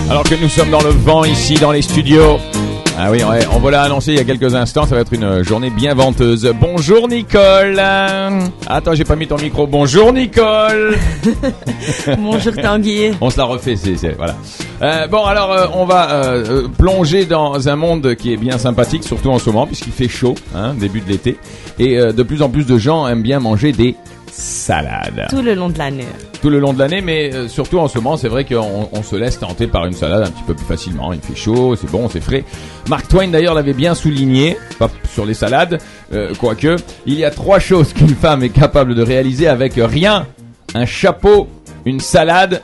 Alors que nous sommes dans le vent ici dans les studios. Ah oui, on vous l'a annoncé il y a quelques instants, ça va être une journée bien venteuse. Bonjour Nicole. Attends, j'ai pas mis ton micro. Bonjour Nicole. Bonjour Tanguy. On se la refait, voilà. Bon, alors on va plonger dans un monde qui est bien sympathique, surtout en ce moment, puisqu'il fait chaud, début de l'été. Et de plus en plus de gens aiment bien manger des salades. Tout le long de l'année. Tout le long de l'année, mais surtout en ce moment, c'est vrai qu'on se laisse tenter par une salade un petit peu plus facilement. Il fait chaud, c'est bon, c'est frais. Mark Twain d'ailleurs l'avait bien souligné, pas sur les salades, quoique. Il y a 3 choses qu'une femme est capable de réaliser avec rien: un chapeau, une salade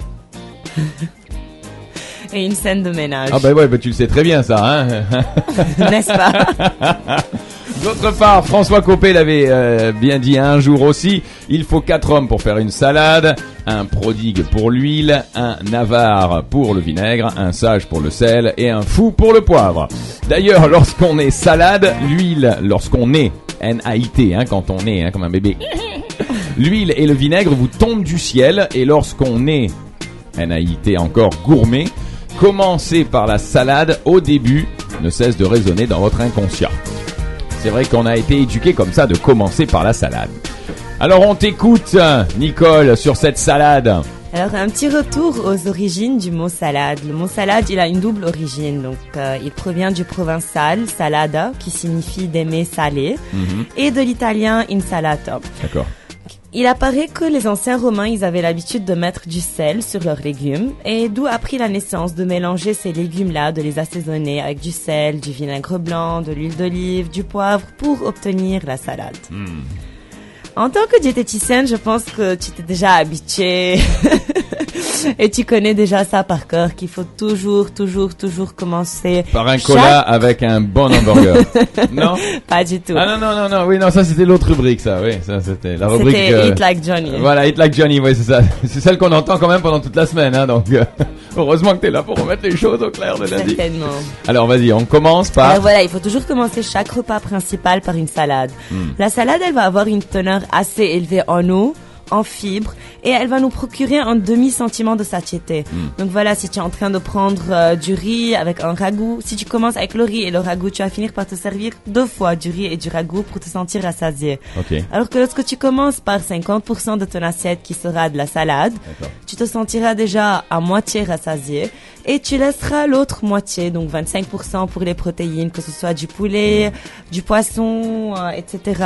et une scène de ménage. Ah bah ouais, tu le sais très bien ça, hein. N'est-ce pas? D'autre part, François Copé l'avait bien dit un jour aussi, il faut 4 hommes pour faire une salade, un prodigue pour l'huile, un avare pour le vinaigre, un sage pour le sel et un fou pour le poivre. D'ailleurs, lorsqu'on est salade, l'huile, lorsqu'on est, N-A-I-T, quand on est, comme un bébé, l'huile et le vinaigre vous tombent du ciel, et lorsqu'on est, N-A-I-T encore, gourmet, commencez par la salade au début, ne cesse de résonner dans votre inconscient. C'est vrai qu'on a été éduqué comme ça, de commencer par la salade. Alors on t'écoute, Nicole, sur cette salade. Alors un petit retour aux origines du mot salade. Le mot salade, il a une double origine. Donc il provient du provençal salada, qui signifie d'aimer salé, et de l'italien insalata. D'accord. Il apparaît que les anciens Romains, ils avaient l'habitude de mettre du sel sur leurs légumes, et d'où a pris la naissance de mélanger ces légumes-là, de les assaisonner avec du sel, du vinaigre blanc, de l'huile d'olive, du poivre pour obtenir la salade. En tant que diététicienne, je pense que tu t'es déjà habituée et tu connais déjà ça par cœur, qu'il faut toujours commencer par un cola avec un bon hamburger. Non? Pas du tout. Ah non, oui, non, ça c'était l'autre rubrique, ça, oui, ça c'était la rubrique. C'était Eat Like Johnny. Voilà, Eat Like Johnny, oui, c'est ça. C'est celle qu'on entend quand même pendant toute la semaine, donc heureusement que t'es là pour remettre les choses au clair de lundi. Certainement. Alors vas-y, on commence par... Alors voilà, il faut toujours commencer chaque repas principal par une salade. La salade, elle va avoir une teneur assez élevée en eau, en fibres, et elle va nous procurer un demi-sentiment de satiété. Donc voilà, si tu es en train de prendre du riz avec un ragoût, si tu commences avec le riz et le ragoût, tu vas finir par te servir 2 fois du riz et du ragoût pour te sentir rassasié. Okay. Alors que lorsque tu commences par 50% de ton assiette qui sera de la salade, tu te sentiras déjà à moitié rassasié, et tu laisseras l'autre moitié, donc 25% pour les protéines, que ce soit du poulet, du poisson, etc.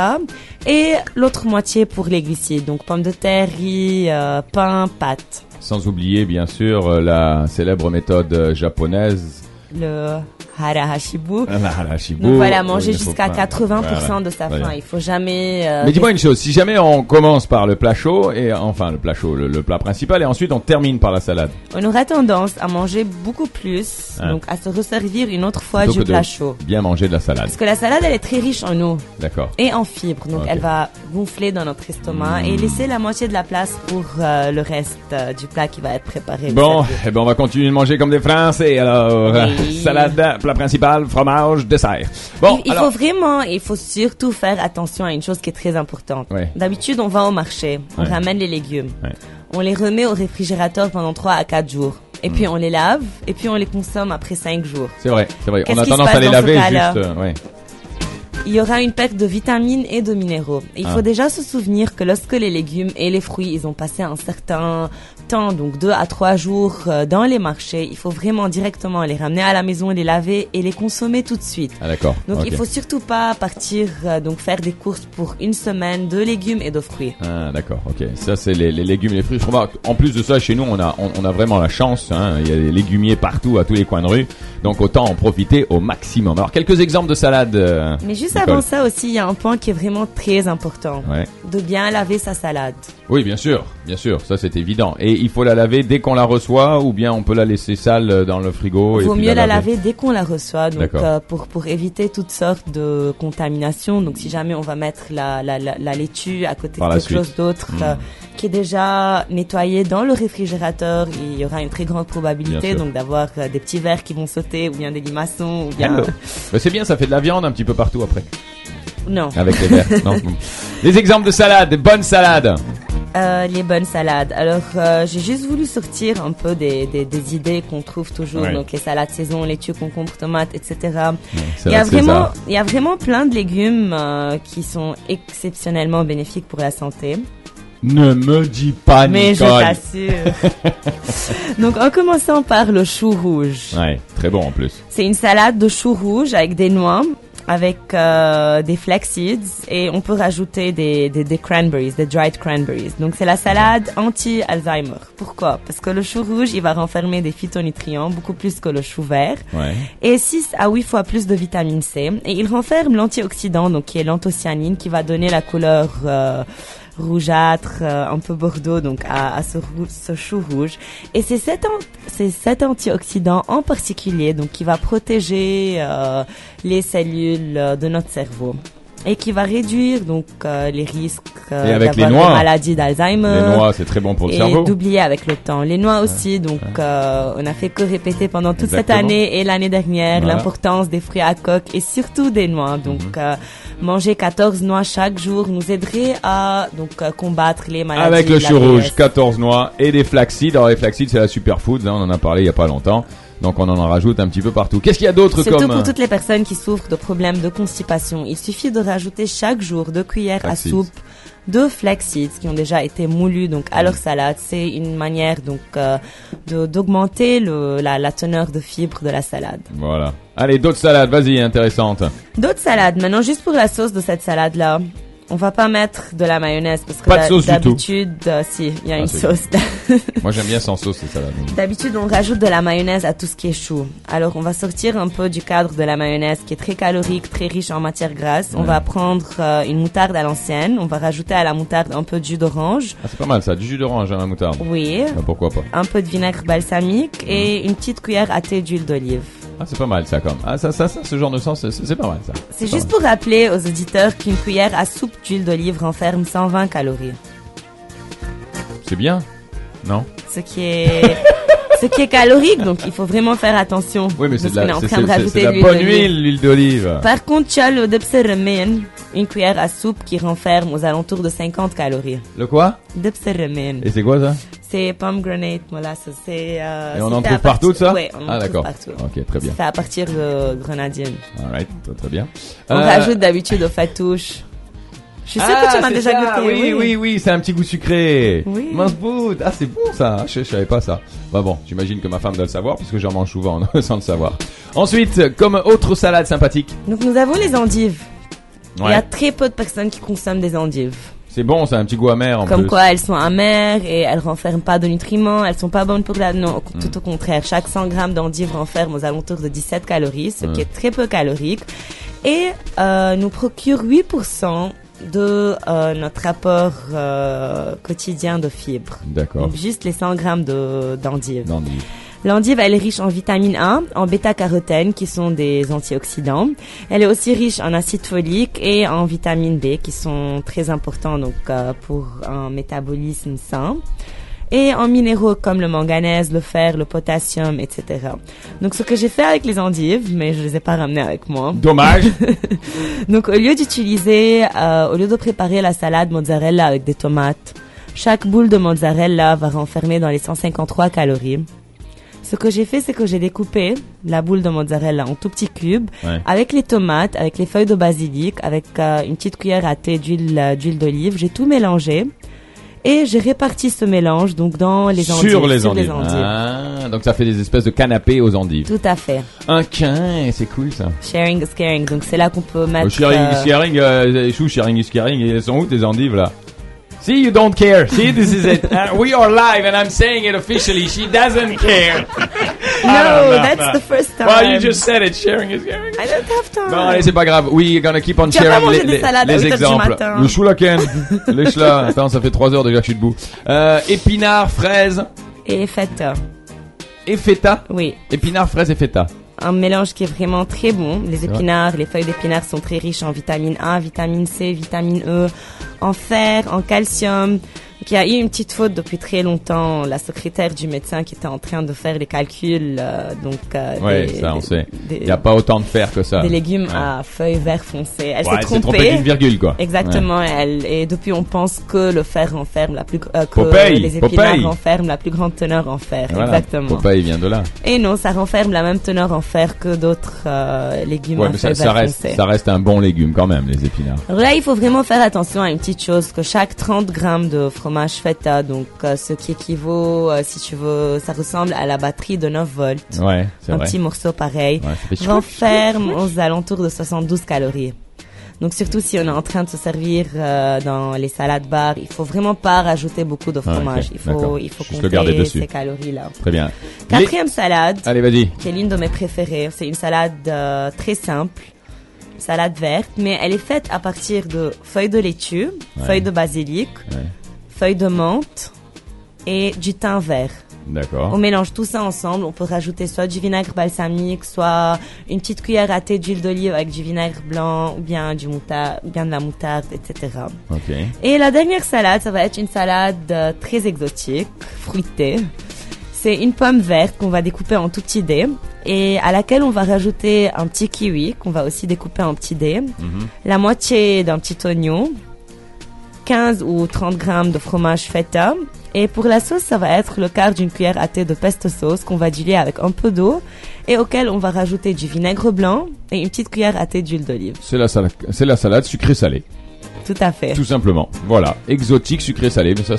Et l'autre moitié pour les glucides, donc pommes de terre, riz, pain, pâtes. Sans oublier, bien sûr, la célèbre méthode japonaise. Le hara hashibu. Hashibu. Donc voilà, manger jusqu'à 80% de sa faim. Il faut jamais... Mais dis-moi une chose, si jamais on commence par le plat chaud, et enfin le plat chaud, le plat principal, et ensuite on termine par la salade. On aura tendance à manger beaucoup plus, donc à se resservir une autre fois du plat chaud. Bien manger de la salade. Parce que la salade, elle est très riche en eau. D'accord. Et en fibres, donc elle va gonfler dans notre estomac et laisser la moitié de la place pour le reste du plat qui va être préparé. Bon, eh ben on va continuer de manger comme des Français, alors... Salade, plat principal, fromage, dessert. Bon, il faut surtout faire attention à une chose qui est très importante. Ouais. D'habitude, on va au marché, on ramène les légumes, on les remet au réfrigérateur pendant 3 à 4 jours. Et puis on les lave, et puis on les consomme après 5 jours. C'est vrai. Qu'est-ce on a qui tendance se passe à les dans laver ce cas-là? juste, Il y aura une perte de vitamines et de minéraux. Il faut déjà se souvenir que lorsque les légumes et les fruits, ils ont passé un certain temps, donc 2 à 3 jours dans les marchés, il faut vraiment directement les ramener à la maison, les laver et les consommer tout de suite. Ah d'accord. Donc il faut surtout pas partir donc faire des courses pour une semaine de légumes et de fruits. Ah d'accord, ok. Ça c'est les légumes et les fruits. Je remarque, en plus de ça, chez nous on a vraiment la chance. Il y a des légumiers partout, à tous les coins de rue. Donc autant en profiter au maximum. Alors quelques exemples de salades. Mais juste avant ça aussi, il y a un point qui est vraiment très important. De bien laver sa salade. Oui, bien sûr, ça c'est évident. Et il faut la laver dès qu'on la reçoit, ou bien on peut la laisser sale dans le frigo. Il vaut mieux la laver dès qu'on la reçoit, donc pour éviter toutes sortes de contaminations. Donc si jamais on va mettre la laitue à côté de quelque chose d'autre qui est déjà nettoyé dans le réfrigérateur, il y aura une très grande probabilité donc d'avoir des petits vers qui vont sauter, ou bien des limaçons, ou bien... Mais c'est bien, ça fait de la viande un petit peu partout après. Non. Avec les vers. Non. Des exemples de salades, des bonnes salades. Les bonnes salades. Alors, j'ai juste voulu sortir un peu des idées qu'on trouve toujours. Ouais. Donc, les salades saison, laitue, concombre, tomates, etc. Il y a vraiment plein de légumes qui sont exceptionnellement bénéfiques pour la santé. Ne me dis pas, Mais Nicole. je t'assure. Donc, en commençant par le chou rouge. Ouais, très bon en plus. C'est une salade de chou rouge avec des noix, avec des flax seeds, et on peut rajouter des cranberries, des dried cranberries. Donc c'est la salade anti-Alzheimer. Pourquoi? Parce que le chou rouge, il va renfermer des phytonutriments beaucoup plus que le chou vert, Ouais. et 6 à 8 fois plus de vitamine C. Et il renferme l'antioxydant, donc qui est l'anthocyanine, qui va donner la couleur rougeâtre, un peu bordeaux, donc à ce chou rouge. Et c'est cet antioxydant en particulier, donc qui va protéger les cellules de notre cerveau et qui va réduire donc les risques avec les d'avoir noix. des maladies d'Alzheimer. Les noix, c'est très bon pour le et cerveau. d'oublier avec le temps. Les noix aussi, donc on a fait que répéter pendant toute Exactement. cette année et l'année dernière Voilà. l'importance des fruits à coque et surtout des noix. Donc manger 14 noix chaque jour nous aiderait à combattre les maladies. Avec le la chou rouge, vieillesse. 14 noix et des flaxseeds. Alors les flaxseeds, c'est la superfood, hein, on en a parlé il y a pas longtemps. Donc on en rajoute un petit peu partout. Qu'est-ce qu'il y a d'autre Surtout comme pour toutes les personnes qui souffrent de problèmes de constipation. Il suffit de rajouter chaque jour 2 cuillères à Flax seeds. soupe de flax seeds qui ont déjà été moulus donc à leur salade. C'est une manière donc d'augmenter la teneur de fibres de la salade. Voilà. Allez, d'autres salades, vas-y, intéressantes. D'autres salades. Maintenant, juste pour la sauce de cette salade-là, on va pas mettre de la mayonnaise parce que Pas de sauce du tout. d'habitude, si, il y a une c'est sauce. Moi j'aime bien sans sauce ces salades. D'habitude, on rajoute de la mayonnaise à tout ce qui est chou. Alors, on va sortir un peu du cadre de la mayonnaise qui est très calorique, très riche en matières grasses. On va prendre une moutarde à l'ancienne. On va rajouter à la moutarde un peu de jus d'orange. Ah, c'est pas mal ça, du jus d'orange, hein, la moutarde. Oui. Ah, pourquoi pas. Un peu de vinaigre balsamique et une petite cuillère à thé d'huile d'olive. Ah, c'est pas mal ça quand même. Ah, ça, ce genre de sens, c'est pas mal ça. C'est pas juste mal. pour rappeler aux auditeurs qu'une cuillère à soupe d'huile d'olive renferme 120 calories. C'est bien, non? Ce qui est calorique, donc il faut vraiment faire attention. Oui, mais c'est de Parce la, qu'on est en c'est, train de c'est- rajouter c'est de la l'huile bonne d'olive. huile, l'huile d'olive. Par contre, tu as le depseremen, une cuillère à soupe qui renferme aux alentours de 50 calories. Le quoi? Depseremen. Et c'est quoi ça? C'est pomegranate molasses. C'est, Et on en trouve partout de ça? Oui, on en Ah, trouve d'accord. partout. Ok, très bien. C'est fait à partir de grenadine. Alright, très, très bien. On rajoute d'habitude aux fatouches. Je sais que tu m'as c'est déjà ça, goûté. oui, c'est un petit goût sucré. Oui. Mince bout. Ah, c'est bon ça. Je savais pas ça. Bah bon, j'imagine que ma femme doit le savoir puisque j'en mange souvent sans le savoir. Ensuite, comme autre salade sympathique. Donc nous avons les endives. Il y a Ouais. très peu de personnes qui consomment des endives. C'est bon, c'est un petit goût amer en Comme plus. quoi, elles sont amères et elles renferment pas de nutriments, elles sont pas bonnes pour la... Non, tout au contraire. Chaque 100 grammes d'endives renferme aux alentours de 17 calories, ce qui est très peu calorique. Et nous procure 8% de notre apport quotidien de fibres. D'accord. Donc juste les 100 grammes d'endives. D'endive. L'endive, elle est riche en vitamine A, en bêta-carotène, qui sont des antioxydants. Elle est aussi riche en acide folique et en vitamine B, qui sont très importants donc pour un métabolisme sain. Et en minéraux comme le manganèse, le fer, le potassium, etc. Donc ce que j'ai fait avec les endives, mais je les ai pas ramenées avec moi. Dommage. Donc au lieu de préparer la salade mozzarella avec des tomates, chaque boule de mozzarella va renfermer dans les 153 calories. Ce que j'ai fait, c'est que j'ai découpé la boule de mozzarella en tout petits cubes, Ouais. avec les tomates, avec les feuilles de basilic, avec une petite cuillère à thé d'huile d'olive. J'ai tout mélangé et j'ai réparti ce mélange donc dans les endives. Sur les endives. Ah, donc ça fait des espèces de canapés aux endives. Tout à fait. Un quin, c'est cool ça. Sharing is caring. Donc c'est là qu'on peut mettre. Sharing is caring, chou, sharing is caring. Et elles sont où tes endives là? See, you don't care. See, this is it. We are live and I'm saying it officially. She doesn't care. No, that's the first time. Well, you just said it. Sharing is caring. I don't have time. Non, allez, c'est pas grave. We're gonna keep on Tu vas pas sharing manger des salades à les 8 heures du exemples. matin. Le chou la ken. Lèche là. Attends, ça fait 3 heures déjà que je suis debout. Épinards, fraises Et feta. et feta. Oui. Épinards, fraises et feta. Un mélange qui est vraiment très bon. Les vrai. épinards, les feuilles d'épinards sont très riches en vitamine A, vitamine C, vitamine E, en fer, en calcium. Donc, il y a eu une petite faute depuis très longtemps. La secrétaire du médecin qui était en train de faire les calculs, ça on sait. Il n'y a pas autant de fer que ça. Des légumes à feuilles vert foncé. Elle s'est trompée d'une virgule, quoi. Exactement. Et depuis, on pense que le fer renferme Popeye, les épinards renferment la plus grande teneur en fer. Voilà. Exactement. Popeye vient de là. Et non, ça renferme la même teneur en fer que d'autres légumes à feuilles vert foncé. Ça reste un bon légume quand même, les épinards. Alors là, il faut vraiment faire attention à une petite chose, que chaque 30 grammes de fromage feta, donc ce qui équivaut, si tu veux, ça ressemble à la batterie de 9 volts. Ouais, c'est vrai. Un petit morceau pareil. Renferme aux alentours de 72 calories. Donc surtout si on est en train de se servir dans les salades bar, il faut vraiment pas rajouter beaucoup de fromage. Il faut compter ces calories-là. Très bien. Quatrième salade. Allez, vas-y. Qui est l'une de mes préférées. C'est une salade très simple. Salade verte, mais elle est faite à partir de feuilles de laitue, feuilles de basilic, feuilles de menthe et du thym vert. D'accord. On mélange tout ça ensemble. On peut rajouter soit du vinaigre balsamique, soit une petite cuillère à thé d'huile d'olive avec du vinaigre blanc, ou bien de la moutarde, etc. Ok. Et la dernière salade, ça va être une salade très exotique, fruitée. C'est une pomme verte qu'on va découper en tout petits dés et à laquelle on va rajouter un petit kiwi qu'on va aussi découper en petits dés, la moitié d'un petit oignon, 15 ou 30 grammes de fromage feta. Et pour la sauce, ça va être le quart d'une cuillère à thé de pesto sauce qu'on va diluer avec un peu d'eau et auquel on va rajouter du vinaigre blanc et une petite cuillère à thé d'huile d'olive. C'est la salade sucrée-salée. Tout à fait. Tout simplement. Voilà. Exotique, sucré-salé. Mais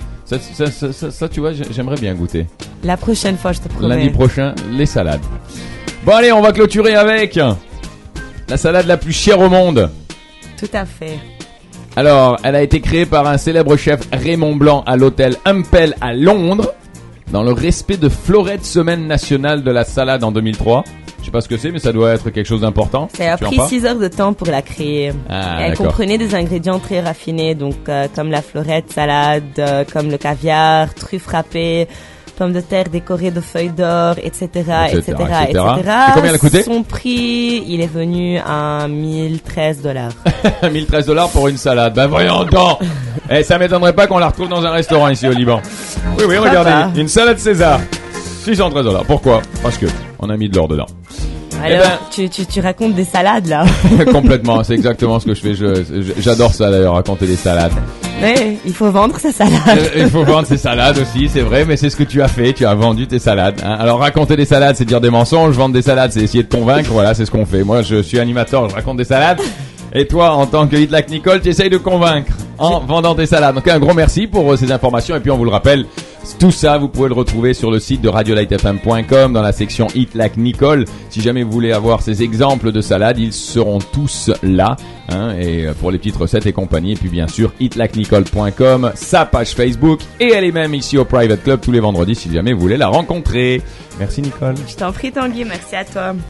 ça, tu vois, j'aimerais bien goûter. La prochaine fois, je te promets. Lundi prochain, les salades. Bon, allez, on va clôturer avec la salade la plus chère au monde. Tout à fait. Alors, elle a été créée par un célèbre chef Raymond Blanc à l'hôtel Humpel à Londres, dans le respect de Florette, semaine nationale de la salade en 2003. Je sais pas ce que c'est, mais ça doit être quelque chose d'important. Ça a pris 6 heures de temps pour la créer. Elle comprenait des ingrédients très raffinés, donc comme la florette salade, comme le caviar, truffes râpées, pommes de terre décorées de feuilles d'or, etc. Et combien elle a coûté? Son prix, il est venu à $1013. $1013 pour une salade. Ben voyons donc. Ça m'étonnerait pas qu'on la retrouve dans un restaurant ici au Liban. Oui, regardez, une salade César. $613. Pourquoi? Parce que on a mis de l'or dedans. Alors, tu racontes des salades, là. Complètement, c'est exactement ce que je fais. J'adore ça, d'ailleurs, raconter des salades. Oui, il faut vendre sa salade. Il faut vendre ses salades aussi, c'est vrai, mais c'est ce que tu as fait. Tu as vendu tes salades. Hein. Alors, raconter des salades, c'est dire des mensonges. Vendre des salades, c'est essayer de convaincre. Voilà, c'est ce qu'on fait. Moi, je suis animateur, je raconte des salades. Et toi, en tant que Hit Like Nicole, tu essayes de convaincre en vendant des salades. Donc, un gros merci pour ces informations. Et puis, on vous le rappelle, tout ça, vous pouvez le retrouver sur le site de radiolightfm.com dans la section Hit Like Nicole. Si jamais vous voulez avoir ces exemples de salades, ils seront tous là. Hein, et pour les petites recettes et compagnie. Et puis, bien sûr, hitlikenicole.com, sa page Facebook. Et elle est même ici au Private Club tous les vendredis si jamais vous voulez la rencontrer. Merci, Nicole. Je t'en prie, Tanguy. Merci à toi.